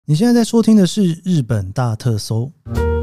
你现在在收听的是日本大特搜。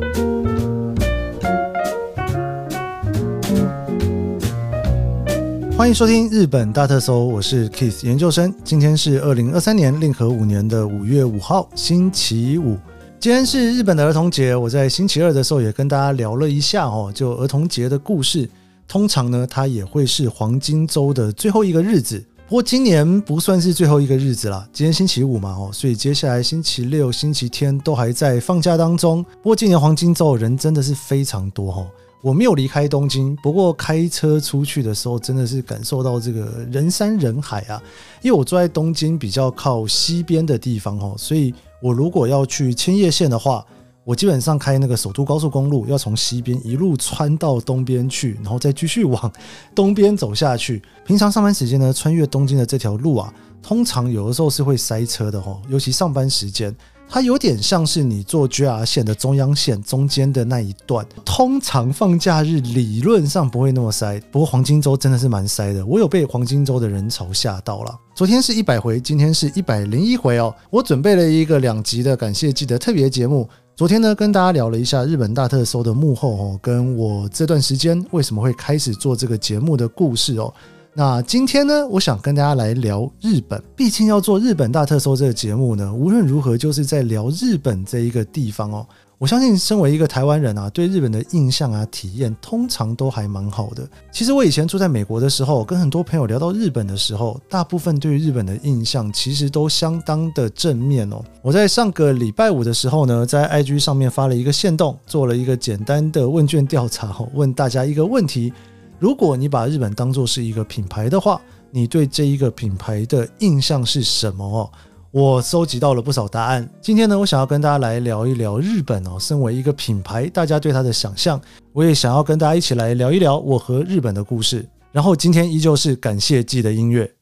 欢迎收听日本大特搜，我是 Keith 研究生。今天是2023年令和5年的5月5号，星期五。今天是日本的儿童节，我在星期二的时候也跟大家聊了一下就儿童节的故事。通常呢，它也会是黄金周的最后一个日子。不过今年不算是最后一个日子啦，今天星期五嘛，所以接下来星期六、星期天都还在放假当中。不过今年黄金周人真的是非常多我没有离开东京，不过开车出去的时候真的是感受到这个人山人海啊。因为我住在东京比较靠西边的地方所以我如果要去千叶县的话，我基本上开那个首都高速公路要从西边一路穿到东边去，然后再继续往东边走下去。平常上班时间呢，穿越东京的这条路啊，通常有的时候是会塞车的尤其上班时间，它有点像是你坐 JR 线的中央线中间的那一段。通常放假日理论上不会那么塞，不过黄金周真的是蛮塞的，我有被黄金周的人潮吓到了。昨天是100回，今天是101回我准备了一个2集的感谢祭的特别节目。昨天呢，跟大家聊了一下日本大特搜的幕后跟我这段时间为什么会开始做这个节目的故事那今天呢，我想跟大家来聊日本。毕竟要做日本大特搜这个节目呢，无论如何就是在聊日本这一个地方我相信身为一个台湾人对日本的印象体验通常都还蛮好的。其实我以前住在美国的时候，跟很多朋友聊到日本的时候，大部分对于日本的印象其实都相当的正面我在上个礼拜五的时候呢，在 IG 上面发了一个限动，做了一个简单的问卷调查问大家一个问题：如果你把日本当作是一个品牌的话，你对这一个品牌的印象是什么我收集到了不少答案。今天呢，我想要跟大家来聊一聊日本身为一个品牌，大家对它的想象。我也想要跟大家一起来聊一聊我和日本的故事。然后今天依旧是感谢祭的音乐。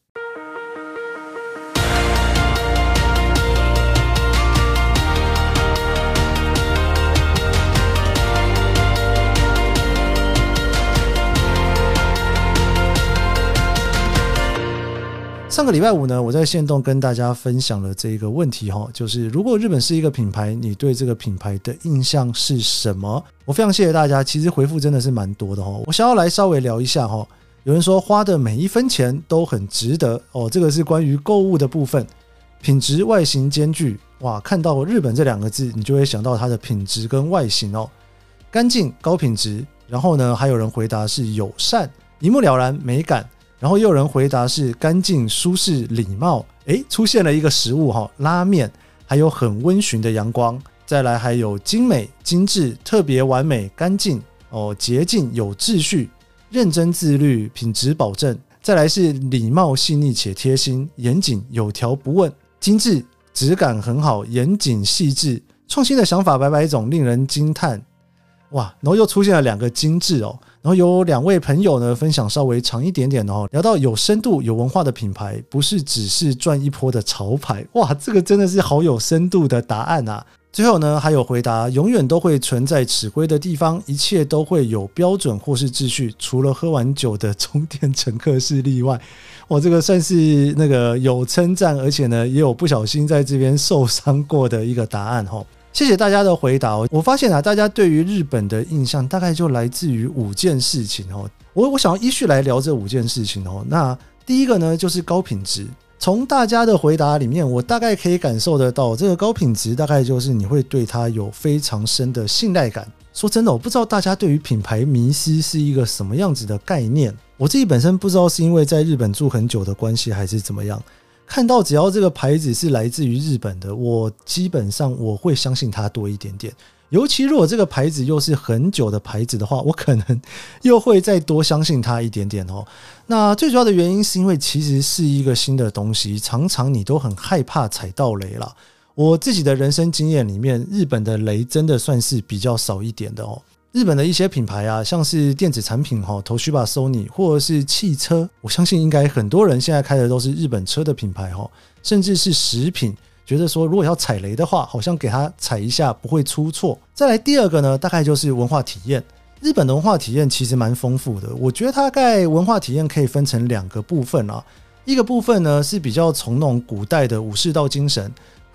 上个礼拜五呢，我在限动跟大家分享了这个问题就是如果日本是一个品牌，你对这个品牌的印象是什么？我非常谢谢大家，其实回复真的是蛮多的我想要来稍微聊一下有人说花的每一分钱都很值得这个是关于购物的部分。品质外形兼具，哇，看到日本这2个字，你就会想到它的品质跟外形干净高品质。然后呢，还有人回答是友善，一目了然美感。然后又有人回答是干净舒适礼貌，出现了一个食物拉面，还有很温驯的阳光，再来还有精美精致特别完美干净洁净有秩序认真自律品质保证，再来是礼貌细腻且贴心严谨有条不紊精致质感很好严谨细致创新的想法百百种令人惊叹。哇，然后又出现了2个精致然后有2位朋友呢分享稍微长一点点聊到有深度有文化的品牌不是只是赚一波的潮牌。哇，这个真的是好有深度的答案啊。最后呢，还有回答永远都会存在尺规的地方，一切都会有标准或是秩序，除了喝完酒的中电乘客是例外。我这个算是那个有称赞，而且呢也有不小心在这边受伤过的一个答案谢谢大家的回答我发现大家对于日本的印象大概就来自于5件事情我想要依序来聊这5件事情那第一个呢就是高品质。从大家的回答里面，我大概可以感受得到，这个高品质大概就是你会对它有非常深的信赖感。说真的，我不知道大家对于品牌迷思是一个什么样子的概念。我自己本身不知道是因为在日本住很久的关系还是怎么样，看到只要这个牌子是来自于日本的，我基本上我会相信它多一点点。尤其如果这个牌子又是很久的牌子的话，我可能又会再多相信它一点点那最主要的原因是因为其实是一个新的东西，常常你都很害怕踩到雷啦。我自己的人生经验里面，日本的雷真的算是比较少一点的日本的一些品牌像是电子产品Toshiba Sony 或者是汽车，我相信应该很多人现在开的都是日本车的品牌甚至是食品，觉得说如果要踩雷的话，好像给它踩一下不会出错。再来第2个呢，大概就是文化体验。日本的文化体验其实蛮丰富的，我觉得大概文化体验可以分成2个部分一个部分呢是比较从那种古代的武士道精神，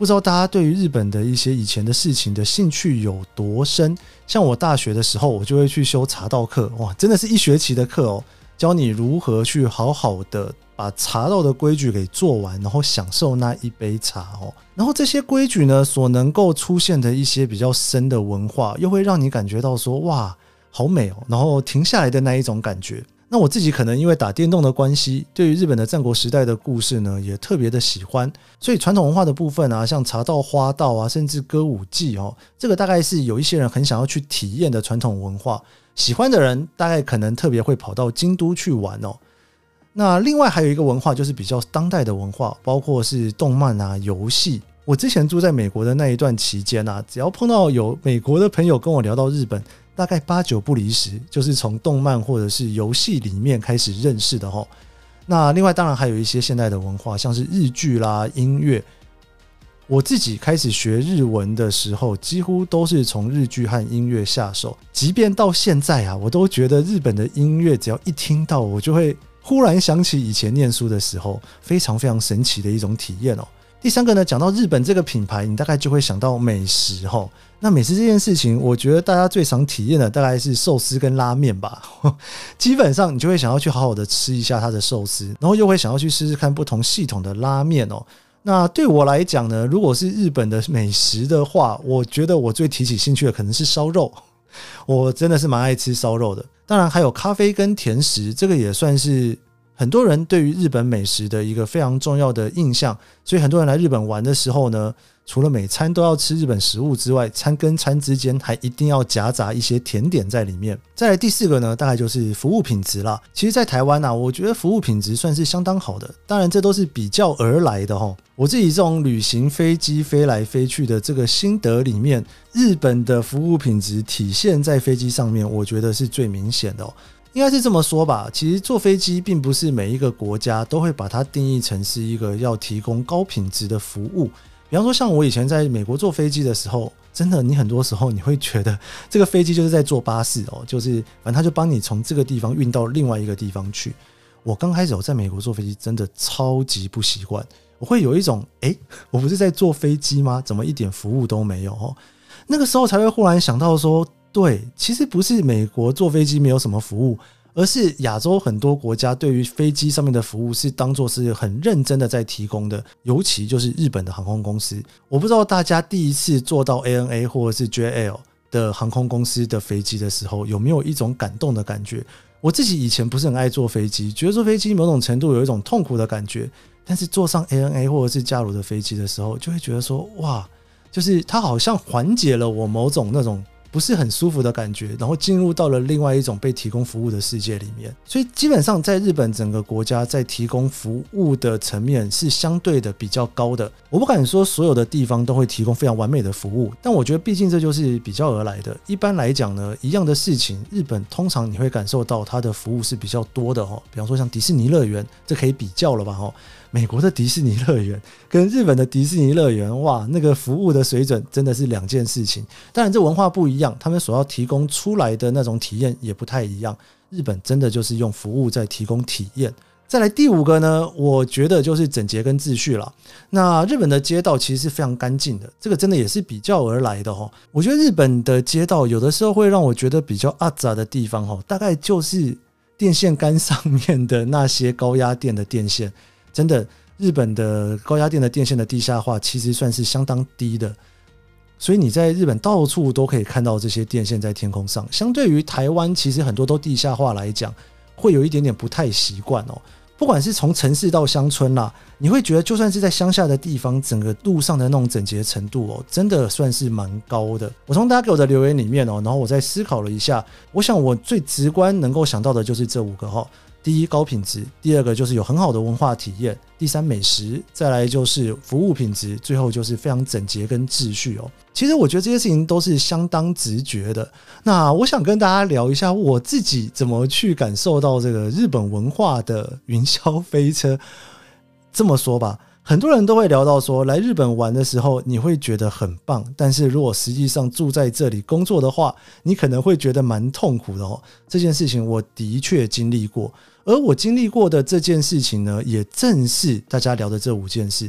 不知道大家对于日本的一些以前的事情的兴趣有多深？像我大学的时候，我就会去修茶道课，哇，真的是一学期的课哦，教你如何去好好的把茶道的规矩给做完，然后享受那一杯茶哦。然后这些规矩呢，所能够出现的一些比较深的文化，又会让你感觉到说，哇，好美哦，然后停下来的那一种感觉。那我自己可能因为打电动的关系，对于日本的战国时代的故事呢，也特别的喜欢。所以传统文化的部分啊，像茶道、花道啊，甚至歌舞伎哦，这个大概是有一些人很想要去体验的传统文化。喜欢的人大概可能特别会跑到京都去玩哦。那另外还有一个文化就是比较当代的文化，包括是动漫啊、游戏。我之前住在美国的那一段期间啊，只要碰到有美国的朋友跟我聊到日本，大概8、9不离十，就是从动漫或者是游戏里面开始认识的齁。那另外当然还有一些现代的文化，像是日剧啦、音乐。我自己开始学日文的时候，几乎都是从日剧和音乐下手。即便到现在啊，我都觉得日本的音乐只要一听到，我就会忽然想起以前念书的时候，非常非常神奇的一种体验哦。第三个呢，讲到日本这个品牌，你大概就会想到美食齁。那美食这件事情，我觉得大家最常体验的大概是寿司跟拉面吧。基本上你就会想要去好好的吃一下它的寿司，然后又会想要去试试看不同系统的拉面哦。那对我来讲呢，如果是日本的美食的话，我觉得我最提起兴趣的可能是烧肉。我真的是蛮爱吃烧肉的。当然还有咖啡跟甜食，这个也算是很多人对于日本美食的一个非常重要的印象。所以很多人来日本玩的时候呢，除了每餐都要吃日本食物之外，餐跟餐之间还一定要夹杂一些甜点在里面。再来第四个呢，大概就是服务品质啦。其实在台湾啊，我觉得服务品质算是相当好的，当然这都是比较而来的齁。我自己这种旅行飞机飞来飞去的这个心得里面，日本的服务品质体现在飞机上面，我觉得是最明显的哦。应该是这么说吧，其实坐飞机并不是每一个国家都会把它定义成是一个要提供高品质的服务。比方说像我以前在美国坐飞机的时候，真的你很多时候你会觉得这个飞机就是在坐巴士哦，就是反正他就帮你从这个地方运到另外一个地方去。我刚开始我在美国坐飞机真的超级不习惯，我会有一种我不是在坐飞机吗？怎么一点服务都没有哦？那个时候才会忽然想到说，对，其实不是美国坐飞机没有什么服务，而是亚洲很多国家对于飞机上面的服务是当作是很认真的在提供的，尤其就是日本的航空公司。我不知道大家第一次坐到 ANA 或者是 JAL 的航空公司的飞机的时候，有没有一种感动的感觉？我自己以前不是很爱坐飞机，觉得坐飞机某种程度有一种痛苦的感觉，但是坐上 ANA 或者是加鲁的飞机的时候，就会觉得说，哇，就是它好像缓解了我某种那种不是很舒服的感觉，然后进入到了另外一种被提供服务的世界里面。所以基本上在日本整个国家在提供服务的层面是相对的比较高的。我不敢说所有的地方都会提供非常完美的服务，但我觉得毕竟这就是比较而来的。一般来讲呢，一样的事情，日本通常你会感受到它的服务是比较多的比方说像迪士尼乐园，这可以比较了吧美国的迪士尼乐园跟日本的迪士尼乐园，哇，那个服务的水准真的是两件事情。当然这文化不一样，他们所要提供出来的那种体验也不太一样。日本真的就是用服务在提供体验。再来第五个呢，我觉得就是整洁跟秩序啦。那日本的街道其实是非常干净的，这个真的也是比较而来的我觉得日本的街道有的时候会让我觉得比较阿杂的地方大概就是电线杆上面的那些高压电的电线。真的，日本的高压电的电线的地下化其实算是相当低的，所以你在日本到处都可以看到这些电线在天空上。相对于台湾其实很多都地下化来讲，会有一点点不太习惯不管是从城市到乡村啦，你会觉得就算是在乡下的地方，整个路上的那种整洁程度真的算是蛮高的。我从大家给我的留言里面然后我再思考了一下，我想我最直观能够想到的就是这5个第一，高品质；第二个就是有很好的文化体验；第三，美食；再来就是服务品质；最后就是非常整洁跟秩序其实我觉得这些事情都是相当直觉的。那我想跟大家聊一下我自己怎么去感受到这个日本文化的云霄飞车。这么说吧，很多人都会聊到说来日本玩的时候你会觉得很棒，但是如果实际上住在这里工作的话，你可能会觉得蛮痛苦的这件事情我的确经历过，而我经历过的这件事情呢，也正是大家聊的这5件事。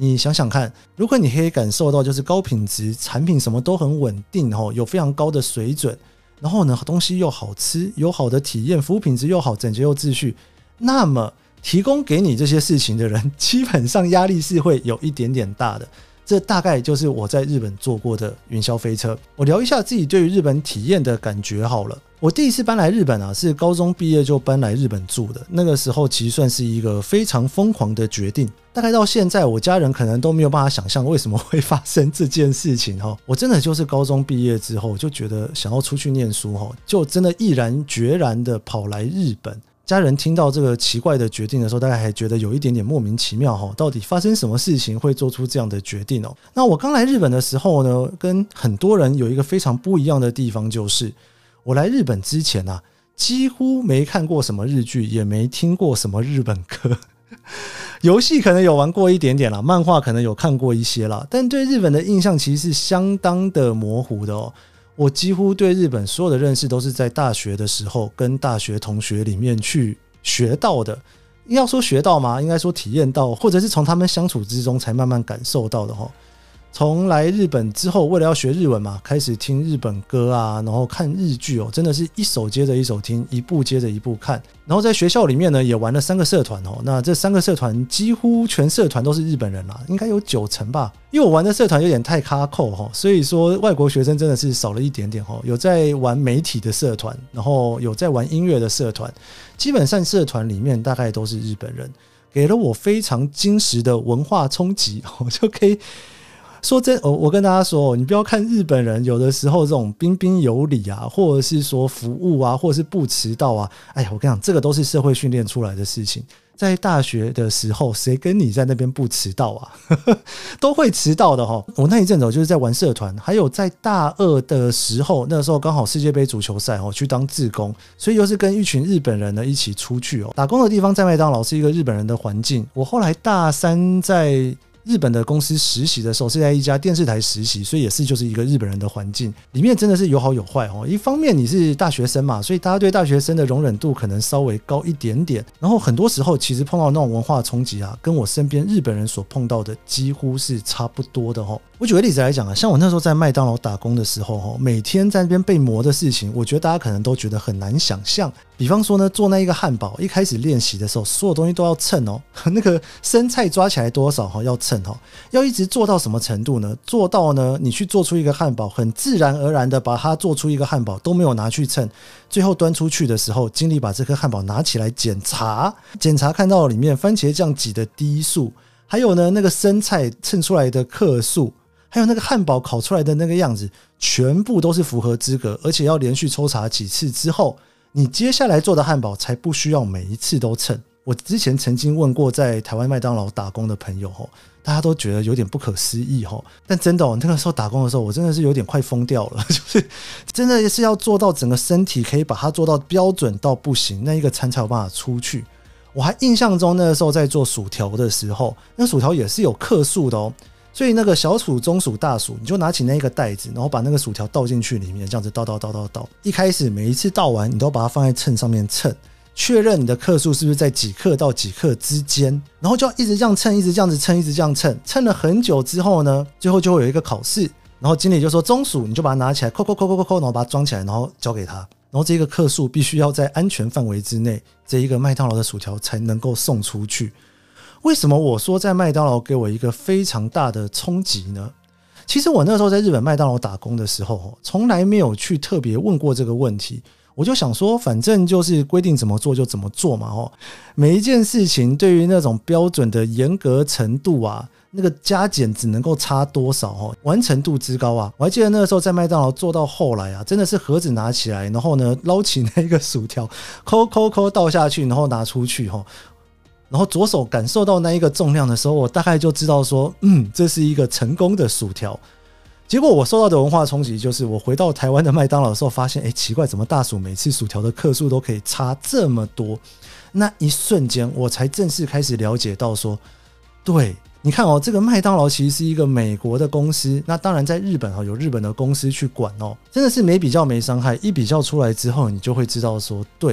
你想想看，如果你可以感受到就是高品质产品什么都很稳定，有非常高的水准，然后呢东西又好吃，有好的体验，服务品质又好，整洁又秩序，那么提供给你这些事情的人基本上压力是会有一点点大的。这大概就是我在日本坐过的云霄飞车。我聊一下自己对于日本体验的感觉好了。我第一次搬来日本啊，是高中毕业就搬来日本住的。那个时候其实算是一个非常疯狂的决定。大概到现在，我家人可能都没有办法想象为什么会发生这件事情。我真的就是高中毕业之后就觉得想要出去念书，就真的毅然决然的跑来日本。家人听到这个奇怪的决定的时候，大概还觉得有一点点莫名其妙，到底发生什么事情会做出这样的决定哦？那我刚来日本的时候呢，跟很多人有一个非常不一样的地方，就是我来日本之前啊，几乎没看过什么日剧，也没听过什么日本歌。游戏可能有玩过一点点啦，漫画可能有看过一些啦，但对日本的印象其实是相当的模糊的哦。我几乎对日本所有的认识都是在大学的时候跟大学同学里面去学到的。要说学到吗？应该说体验到，或者是从他们相处之中才慢慢感受到的。从来日本之后，为了要学日文嘛，开始听日本歌啊，然后看日剧哦，真的是一首接着一首听，一部接着一部看。然后在学校里面呢，也玩了3个社团哦。那这3个社团几乎全社团都是日本人啦，应该有90%吧。因为我玩的社团有点太卡扣，所以说外国学生真的是少了一点点。有在玩媒体的社团，然后有在玩音乐的社团，基本上社团里面大概都是日本人，给了我非常精实的文化冲击，我就可以。说真，我跟大家说，你不要看日本人有的时候这种彬彬有礼啊，或者是说服务啊，或者是不迟到啊，哎呀，我跟你讲，这个都是社会训练出来的事情。在大学的时候，谁跟你在那边不迟到啊？都会迟到的齁。我那一阵子就是在玩社团，还有在大2的时候，那个时候刚好世界杯足球赛去当志工，所以又是跟一群日本人呢一起出去打工的地方在麦当劳，是一个日本人的环境。我后来大3在日本的公司实习的时候是在一家电视台实习，所以也是就是一个日本人的环境，里面真的是有好有坏哦。一方面你是大学生嘛，所以大家对大学生的容忍度可能稍微高一点点，然后很多时候其实碰到那种文化冲击啊，跟我身边日本人所碰到的几乎是差不多的哦。我举个例子来讲啊，像我那时候在麦当劳打工的时候，每天在那边被磨的事情，我觉得大家可能都觉得很难想象。比方说呢，做那一个汉堡，一开始练习的时候，所有东西都要称哦，那个生菜抓起来多少要称哦，要一直做到什么程度呢？做到呢，你去做出一个汉堡，很自然而然的把它做出一个汉堡，都没有拿去称，最后端出去的时候，经理把这颗汉堡拿起来检查看到里面番茄酱挤的滴数，还有呢那个生菜称出来的克数，还有那个汉堡烤出来的那个样子，全部都是符合资格，而且要连续抽查几次之后，你接下来做的汉堡才不需要每一次都称。我之前曾经问过在台湾麦当劳打工的朋友，大家都觉得有点不可思议，但真的那个时候打工的时候，我真的是有点快疯掉了，就是真的是要做到整个身体可以把它做到标准到不行，那一个餐才有办法出去。我还印象中那个时候在做薯条的时候，那薯条也是有克数的哦。所以那个小薯、中薯、大薯，你就拿起那个袋子，然后把那个薯条倒进去里面，这样子倒。一开始每一次倒完，你都把它放在秤上面称，确认你的克数是不是在几克到几克之间，然后就要一直这样称，一直这样子称，一直这样称，称了很久之后呢，最后就会有一个考试，然后经理就说中薯，你就把它拿起来，扣，然后把它装起来，然后交给他，然后这个克数必须要在安全范围之内，这一个麦当劳的薯条才能够送出去。为什么我说在麦当劳给我一个非常大的冲击呢？其实我那时候在日本麦当劳打工的时候，从来没有去特别问过这个问题。我就想说，反正就是规定怎么做就怎么做嘛。每一件事情对于那种标准的严格程度啊，那个加减只能够差多少，完成度之高啊。我还记得那个时候在麦当劳做到后来啊，真的是盒子拿起来，然后呢捞起那个薯条，抠倒下去，然后拿出去，然后左手感受到那一个重量的时候，我大概就知道说，这是一个成功的薯条。结果我受到的文化冲击就是，我回到台湾的麦当劳的时候，发现，奇怪，怎么大薯每次薯条的克数都可以差这么多？那一瞬间，我才正式开始了解到说，对，你看这个麦当劳其实是一个美国的公司，那当然在日本有日本的公司去管真的是没比较没伤害，一比较出来之后，你就会知道说，对。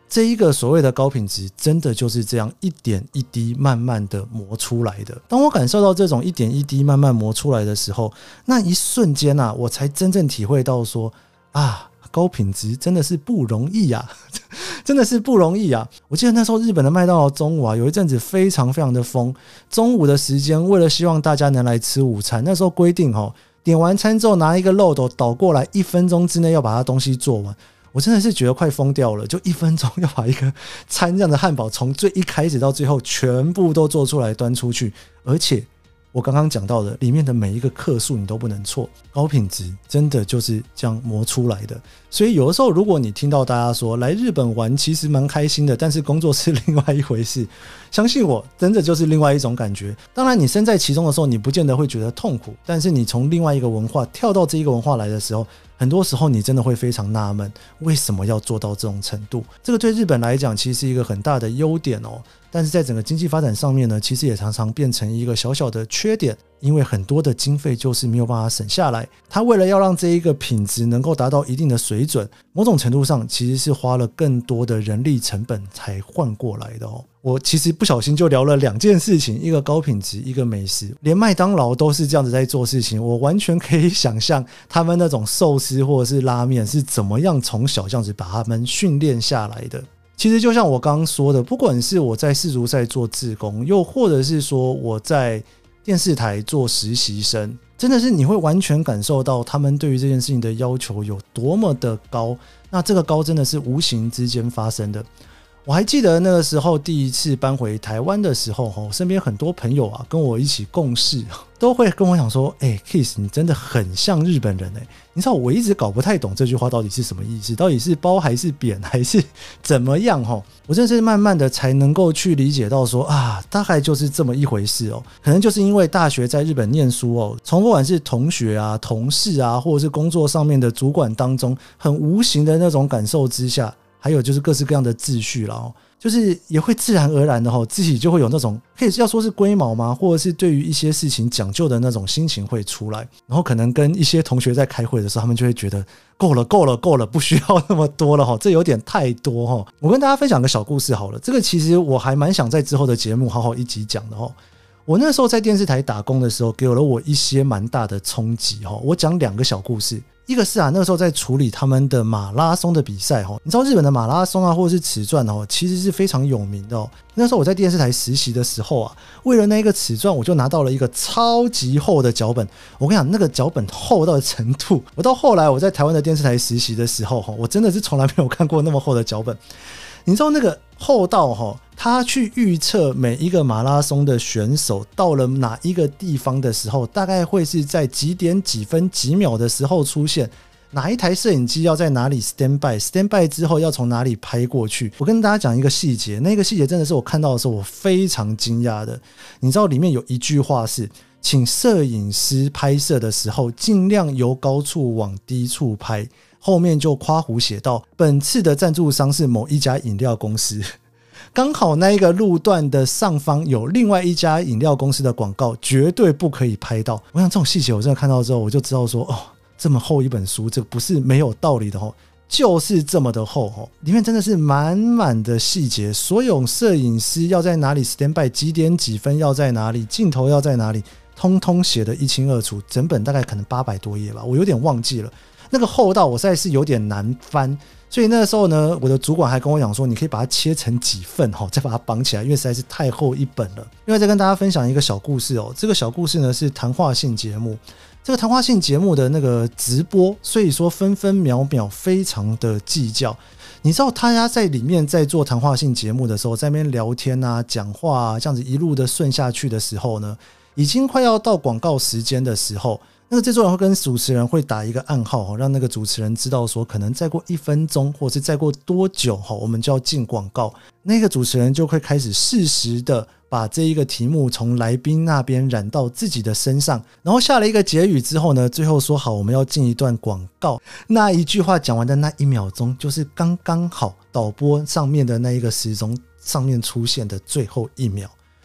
这一个所谓的高品质真的就是这样一点一滴慢慢的磨出来的。当我感受到这种一点一滴慢慢磨出来的时候，那一瞬间啊，我才真正体会到说啊，高品质真的是不容易啊真的是不容易啊。我记得那时候日本的麦当劳中午啊，有一阵子非常非常的疯，中午的时间为了希望大家能来吃午餐，那时候规定点完餐之后拿一个漏斗倒过来，1分钟之内要把它东西做完。我真的是觉得快疯掉了，就1分钟要把一个餐这样的汉堡从最一开始到最后全部都做出来端出去，而且我刚刚讲到的里面的每一个克数你都不能错，高品质真的就是这样磨出来的。所以有的时候如果你听到大家说来日本玩其实蛮开心的，但是工作是另外一回事，相信我真的就是另外一种感觉。当然你身在其中的时候你不见得会觉得痛苦，但是你从另外一个文化跳到这一个文化来的时候，很多时候你真的会非常纳闷为什么要做到这种程度。这个对日本来讲其实是一个很大的优点但是在整个经济发展上面呢，其实也常常变成一个小小的缺点，因为很多的经费就是没有办法省下来。他为了要让这一个品质能够达到一定的水准，某种程度上其实是花了更多的人力成本才换过来的我其实不小心就聊了2件事情，一个高品质，一个美食。连麦当劳都是这样子在做事情，我完全可以想象他们那种寿司或者是拉面是怎么样从小这样子把他们训练下来的。其实就像我刚刚说的，不管是我在世足赛做志工，又或者是说我在电视台做实习生，真的是你会完全感受到他们对于这件事情的要求有多么的高。那这个高真的是无形之间发生的。我还记得那个时候第一次搬回台湾的时候，身边很多朋友啊跟我一起共事，都会跟我讲说Keith 你真的很像日本人你知道我一直搞不太懂这句话到底是什么意思，到底是褒还是贬还是怎么样我真的是慢慢的才能够去理解到说啊，大概就是这么一回事可能就是因为大学在日本念书从不管是同学啊同事啊或者是工作上面的主管当中很无形的那种感受之下，还有就是各式各样的秩序啦就是也会自然而然的自己就会有那种可以要说是龟毛吗，或者是对于一些事情讲究的那种心情会出来。然后可能跟一些同学在开会的时候，他们就会觉得够了够了够了，不需要那么多了这有点太多我跟大家分享个小故事好了，这个其实我还蛮想在之后的节目好好一集讲的我那时候在电视台打工的时候，给了我一些蛮大的冲击我讲2个小故事。一个是那个时候在处理他们的马拉松的比赛你知道日本的马拉松或者是尺钻其实是非常有名的那时候我在电视台实习的时候为了那个尺钻，我就拿到了一个超级厚的脚本。我跟你讲，那个脚本厚到的程度，我到后来我在台湾的电视台实习的时候我真的是从来没有看过那么厚的脚本。你知道那个厚到他去预测每一个马拉松的选手到了哪一个地方的时候，大概会是在几点几分几秒的时候出现，哪一台摄影机要在哪里 stand by 之后要从哪里拍过去。我跟大家讲一个细节，那个细节真的是我看到的时候我非常惊讶的。你知道里面有一句话是请摄影师拍摄的时候尽量由高处往低处拍，后面就括弧写到本次的赞助商是某一家饮料公司。刚好那一个路段的上方有另外一家饮料公司的广告，绝对不可以拍到。我想这种细节我真的看到之后，我就知道说这么厚一本书，这不是没有道理的就是这么的厚里面真的是满满的细节，所有摄影师要在哪里 stand by， 几点几分要在哪里，镜头要在哪里，通通写得一清二楚。整本大概可能800多页吧，我有点忘记了，那个厚到我实在是有点难翻。所以那个时候呢，我的主管还跟我讲说，你可以把它切成几份再把它绑起来，因为实在是太厚一本了。另外再跟大家分享一个小故事这个小故事呢是谈话性节目。这个谈话性节目的那个直播，所以说分分秒秒非常的计较。你知道大家在里面在做谈话性节目的时候，在那边聊天啊讲话啊，这样子一路的顺下去的时候呢，已经快要到广告时间的时候，那个制作人会跟主持人会打一个暗号让那个主持人知道说可能再过1分钟或是再过多久我们就要进广告。那个主持人就会开始适时的把这一个题目从来宾那边染到自己的身上，然后下了一个结语之后呢，最后说好我们要进一段广告。那一句话讲完的那1秒钟，就是刚刚好导播上面的那一个时钟上面出现的最后1秒。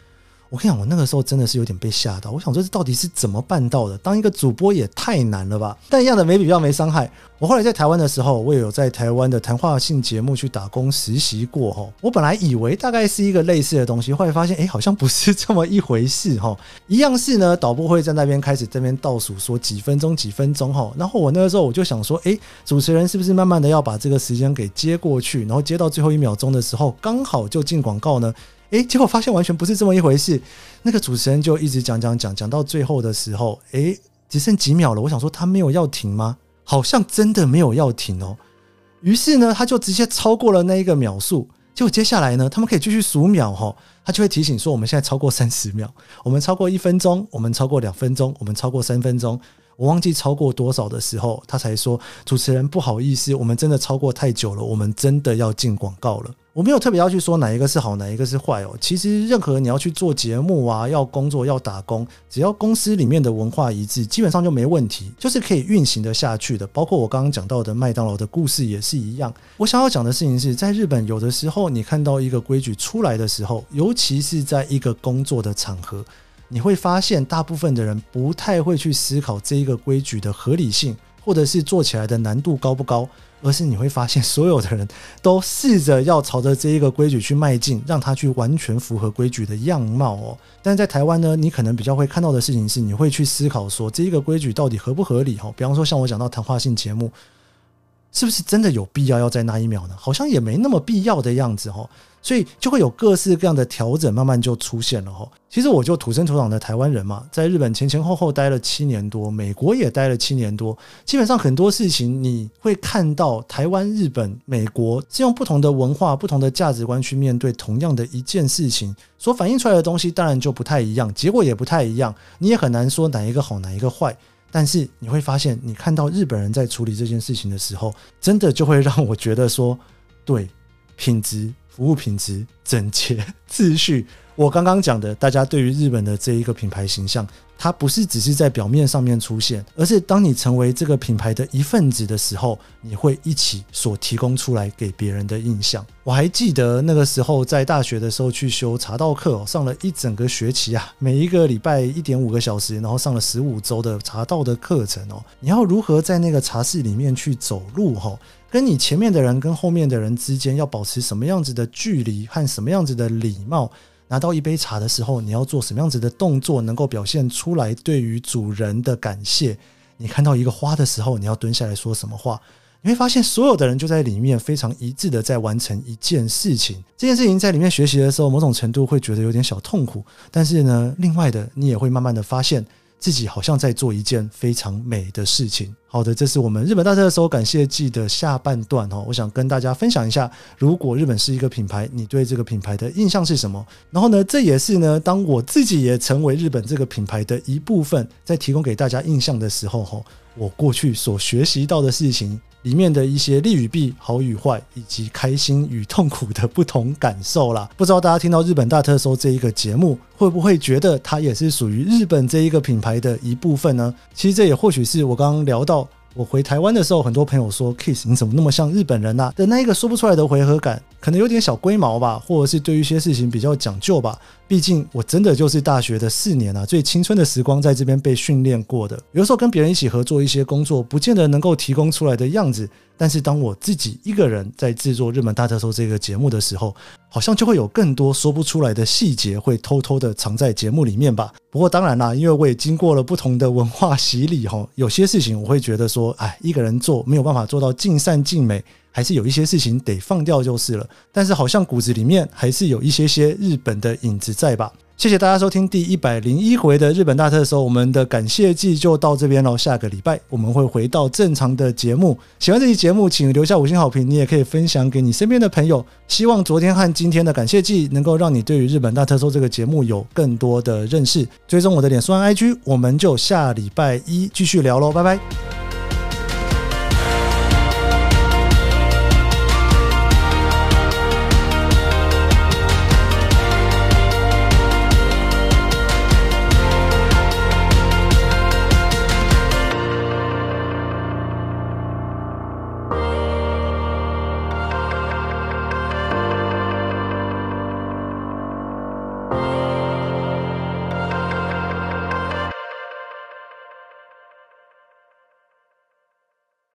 我跟你讲，我那个时候真的是有点被吓到，我想说这到底是怎么办到的？当一个主播也太难了吧？但一样的没比较没伤害。我后来在台湾的时候，我也有在台湾的谈话性节目去打工实习过。我本来以为大概是一个类似的东西，后来发现好像不是这么一回事。一样是呢，导播会在那边开始这边倒数说几分钟几分钟。然后我那个时候我就想说，主持人是不是慢慢的要把这个时间给接过去，然后接到最后1秒钟的时候刚好就进广告呢？结果发现完全不是这么一回事。那个主持人就一直讲到最后的时候，只剩几秒了。我想说他没有要停吗？好像真的没有要停哦。于是呢，他就直接超过了那一个秒数。结果接下来呢，他们可以继续数秒他就会提醒说我们现在超过30秒，我们超过1分钟，我们超过2分钟，我们超过3分钟。我忘记超过多少的时候，他才说主持人不好意思，我们真的超过太久了，我们真的要进广告了。我没有特别要去说哪一个是好哪一个是坏其实任何你要去做节目啊，要工作要打工，只要公司里面的文化一致，基本上就没问题，就是可以运行的下去的。包括我刚刚讲到的麦当劳的故事也是一样。我想要讲的事情是，在日本有的时候你看到一个规矩出来的时候，尤其是在一个工作的场合，你会发现大部分的人不太会去思考这一个规矩的合理性，或者是做起来的难度高不高，而是你会发现所有的人都试着要朝着这一个规矩去迈进，让它去完全符合规矩的样貌但是在台湾呢，你可能比较会看到的事情是，你会去思考说这一个规矩到底合不合理比方说像我讲到谈话性节目，是不是真的有必要在那1秒呢？好像也没那么必要的样子所以就会有各式各样的调整慢慢就出现了其实我就土生土长的台湾人嘛，在日本前后后待了7年多，美国也待了7年多，基本上很多事情你会看到台湾、日本、美国是用不同的文化、不同的价值观去面对同样的一件事情，所反映出来的东西当然就不太一样，结果也不太一样，你也很难说哪一个好哪一个坏。但是你会发现，你看到日本人在处理这件事情的时候，真的就会让我觉得说，对，品质、服务品质、整洁、秩序，我刚刚讲的大家对于日本的这一个品牌形象，它不是只是在表面上面出现，而是当你成为这个品牌的一份子的时候，你会一起所提供出来给别人的印象。我还记得那个时候在大学的时候去修茶道课上了一整个学期每一个礼拜 1.5 个小时，然后上了15周的茶道的课程你要如何在那个茶室里面去走路跟你前面的人跟后面的人之间要保持什么样子的距离和什么样子的礼貌，拿到一杯茶的时候你要做什么样子的动作能够表现出来对于主人的感谢，你看到一个花的时候你要蹲下来说什么话，你会发现所有的人就在里面非常一致的在完成一件事情。这件事情在里面学习的时候某种程度会觉得有点小痛苦，但是呢，另外的你也会慢慢的发现自己好像在做一件非常美的事情。好的，这是我们日本大特搜感谢季的下半段我想跟大家分享一下，如果日本是一个品牌，你对这个品牌的印象是什么？然后呢，这也是呢，当我自己也成为日本这个品牌的一部分，在提供给大家印象的时候我过去所学习到的事情里面的一些利与弊、好与坏，以及开心与痛苦的不同感受啦。不知道大家听到日本大特搜这一个节目，会不会觉得它也是属于日本这一个品牌的一部分呢？其实这也或许是我刚刚聊到我回台湾的时候，很多朋友说 Kiss 你怎么那么像日本人的那一个说不出来的违和感，可能有点小龟毛吧，或者是对于一些事情比较讲究吧。毕竟我真的就是大学的4年最青春的时光在这边被训练过的。有的时候跟别人一起合作一些工作，不见得能够提供出来的样子，但是当我自己一个人在制作日本大特搜这个节目的时候，好像就会有更多说不出来的细节会偷偷的藏在节目里面吧。不过当然啦，因为我也经过了不同的文化洗礼有些事情我会觉得说一个人做没有办法做到尽善尽美，还是有一些事情得放掉就是了。但是好像骨子里面还是有一些日本的影子在吧。谢谢大家收听第101回的日本大特搜，我们的感谢季就到这边了。下个礼拜我们会回到正常的节目。喜欢这期节目请留下5星好评，你也可以分享给你身边的朋友。希望昨天和今天的感谢季能够让你对于日本大特搜这个节目有更多的认识。追踪我的脸书和 IG， 我们就下礼拜一继续聊咯，拜拜。